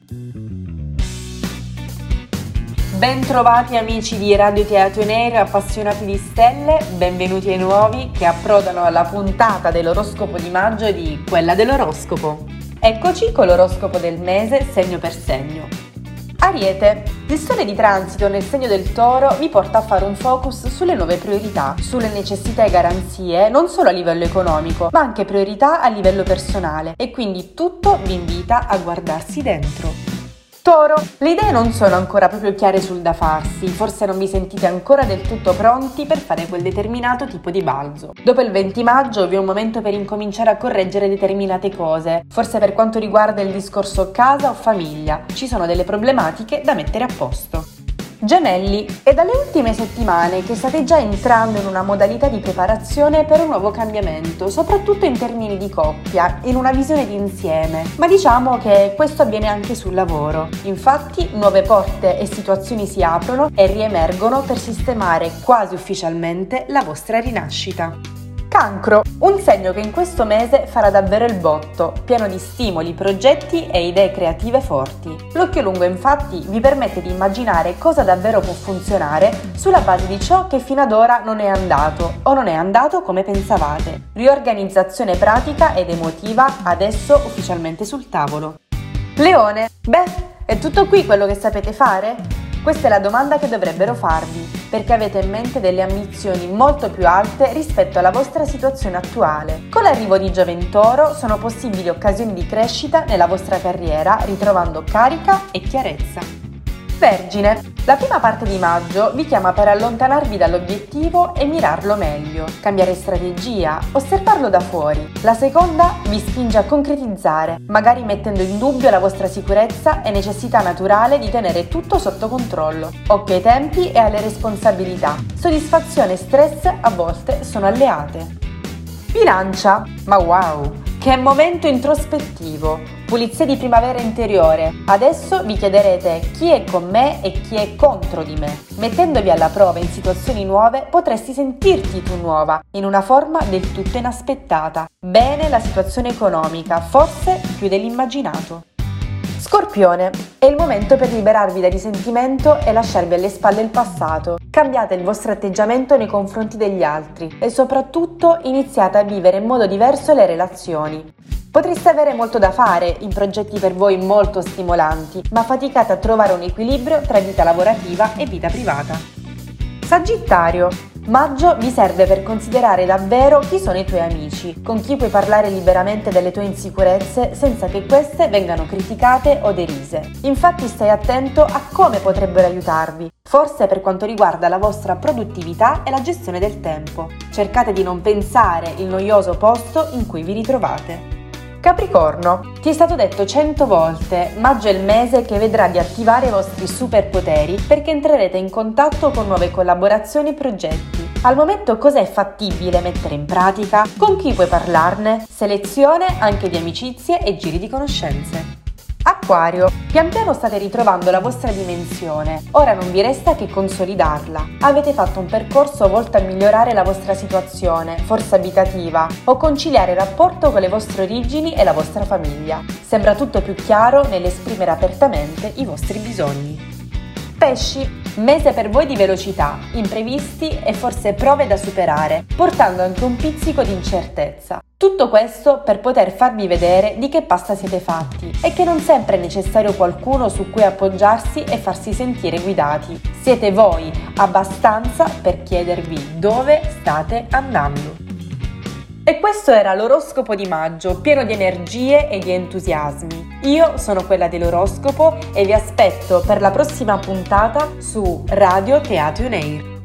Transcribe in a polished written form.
Bentrovati amici di Radio Teatro On Air, appassionati di stelle, benvenuti ai nuovi che approdano alla puntata dell'oroscopo di maggio di Quella dell'oroscopo. Eccoci con l'oroscopo del mese segno per segno. Ariete, il sole di transito nel segno del Toro vi porta a fare un focus sulle nuove priorità, sulle necessità e garanzie non solo a livello economico, ma anche priorità a livello personale e quindi tutto vi invita a guardarsi dentro. Toro, le idee non sono ancora proprio chiare sul da farsi, forse non vi sentite ancora del tutto pronti per fare quel determinato tipo di balzo. Dopo il 20 maggio vi è un momento per incominciare a correggere determinate cose, forse per quanto riguarda il discorso casa o famiglia, ci sono delle problematiche da mettere a posto. Gemelli, è dalle ultime settimane che state già entrando in una modalità di preparazione per un nuovo cambiamento, soprattutto in termini di coppia, in una visione di insieme, ma diciamo che questo avviene anche sul lavoro. Infatti, nuove porte e situazioni si aprono e riemergono per sistemare quasi ufficialmente la vostra rinascita. Cancro, un segno che in questo mese farà davvero il botto, pieno di stimoli, progetti e idee creative forti. L'occhio lungo infatti vi permette di immaginare cosa davvero può funzionare sulla base di ciò che fino ad ora non è andato o non è andato come pensavate. Riorganizzazione pratica ed emotiva adesso ufficialmente sul tavolo. Leone, è tutto qui quello che sapete fare? Questa è la domanda che dovrebbero farvi, perché avete in mente delle ambizioni molto più alte rispetto alla vostra situazione attuale. Con l'arrivo di Giove in Toro sono possibili occasioni di crescita nella vostra carriera, ritrovando carica e chiarezza. Vergine, la prima parte di maggio vi chiama per allontanarvi dall'obiettivo e mirarlo meglio, cambiare strategia, osservarlo da fuori. La seconda vi spinge a concretizzare, magari mettendo in dubbio la vostra sicurezza e necessità naturale di tenere tutto sotto controllo. Occhio ai tempi e alle responsabilità. Soddisfazione e stress a volte sono alleate. Bilancia, ma wow! Che momento introspettivo, pulizia di primavera interiore. Adesso vi chiederete chi è con me e chi è contro di me. Mettendovi alla prova in situazioni nuove potresti sentirti tu nuova, in una forma del tutto inaspettata. Bene la situazione economica, forse più dell'immaginato. Scorpione, è il momento per liberarvi da risentimento e lasciarvi alle spalle il passato. Cambiate il vostro atteggiamento nei confronti degli altri e soprattutto iniziate a vivere in modo diverso le relazioni. Potreste avere molto da fare in progetti per voi molto stimolanti, ma faticate a trovare un equilibrio tra vita lavorativa e vita privata. Sagittario, maggio vi serve per considerare davvero chi sono i tuoi amici, con chi puoi parlare liberamente delle tue insicurezze senza che queste vengano criticate o derise. Infatti stai attento a come potrebbero aiutarvi, forse per quanto riguarda la vostra produttività e la gestione del tempo. Cercate di non pensare il noioso posto in cui vi ritrovate. Capricorno, ti è stato detto 100 volte, maggio è il mese che vedrà di attivare i vostri superpoteri perché entrerete in contatto con nuove collaborazioni e progetti. Al momento cosa è fattibile mettere in pratica? Con chi puoi parlarne? Selezione anche di amicizie e giri di conoscenze. Acquario, pian piano state ritrovando la vostra dimensione, ora non vi resta che consolidarla. Avete fatto un percorso volto a migliorare la vostra situazione, forse abitativa, o conciliare il rapporto con le vostre origini e la vostra famiglia. Sembra tutto più chiaro nell'esprimere apertamente i vostri bisogni. Pesci, mese per voi di velocità, imprevisti e forse prove da superare, portando anche un pizzico di incertezza. Tutto questo per poter farvi vedere di che pasta siete fatti e che non sempre è necessario qualcuno su cui appoggiarsi e farsi sentire guidati. Siete voi abbastanza per chiedervi dove state andando. E questo era l'oroscopo di maggio, pieno di energie e di entusiasmi. Io sono quella dell'oroscopo e vi aspetto per la prossima puntata su Radio Teatro On Air.